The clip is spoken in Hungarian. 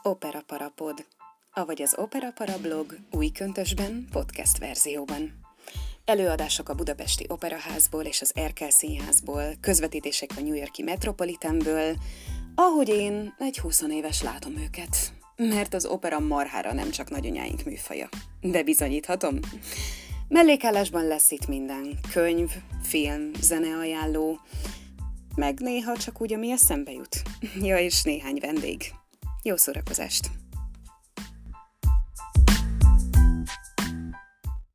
Opera Parapod, avagy az Opera Para blog új köntösben, podcast verzióban. Előadások a Budapesti Operaházból és az Erkel Színházból, közvetítések a New York-i Metropolitanből, ahogy én egy 20 éves látom őket. Mert az opera marhára nem csak nagyanyáink műfaja. De bizonyíthatom. Mellékállásban lesz itt minden. Könyv, film, zeneajánló, meg néha csak úgy, ami eszembe jut. Ja, és néhány vendég. Jó szórakozást!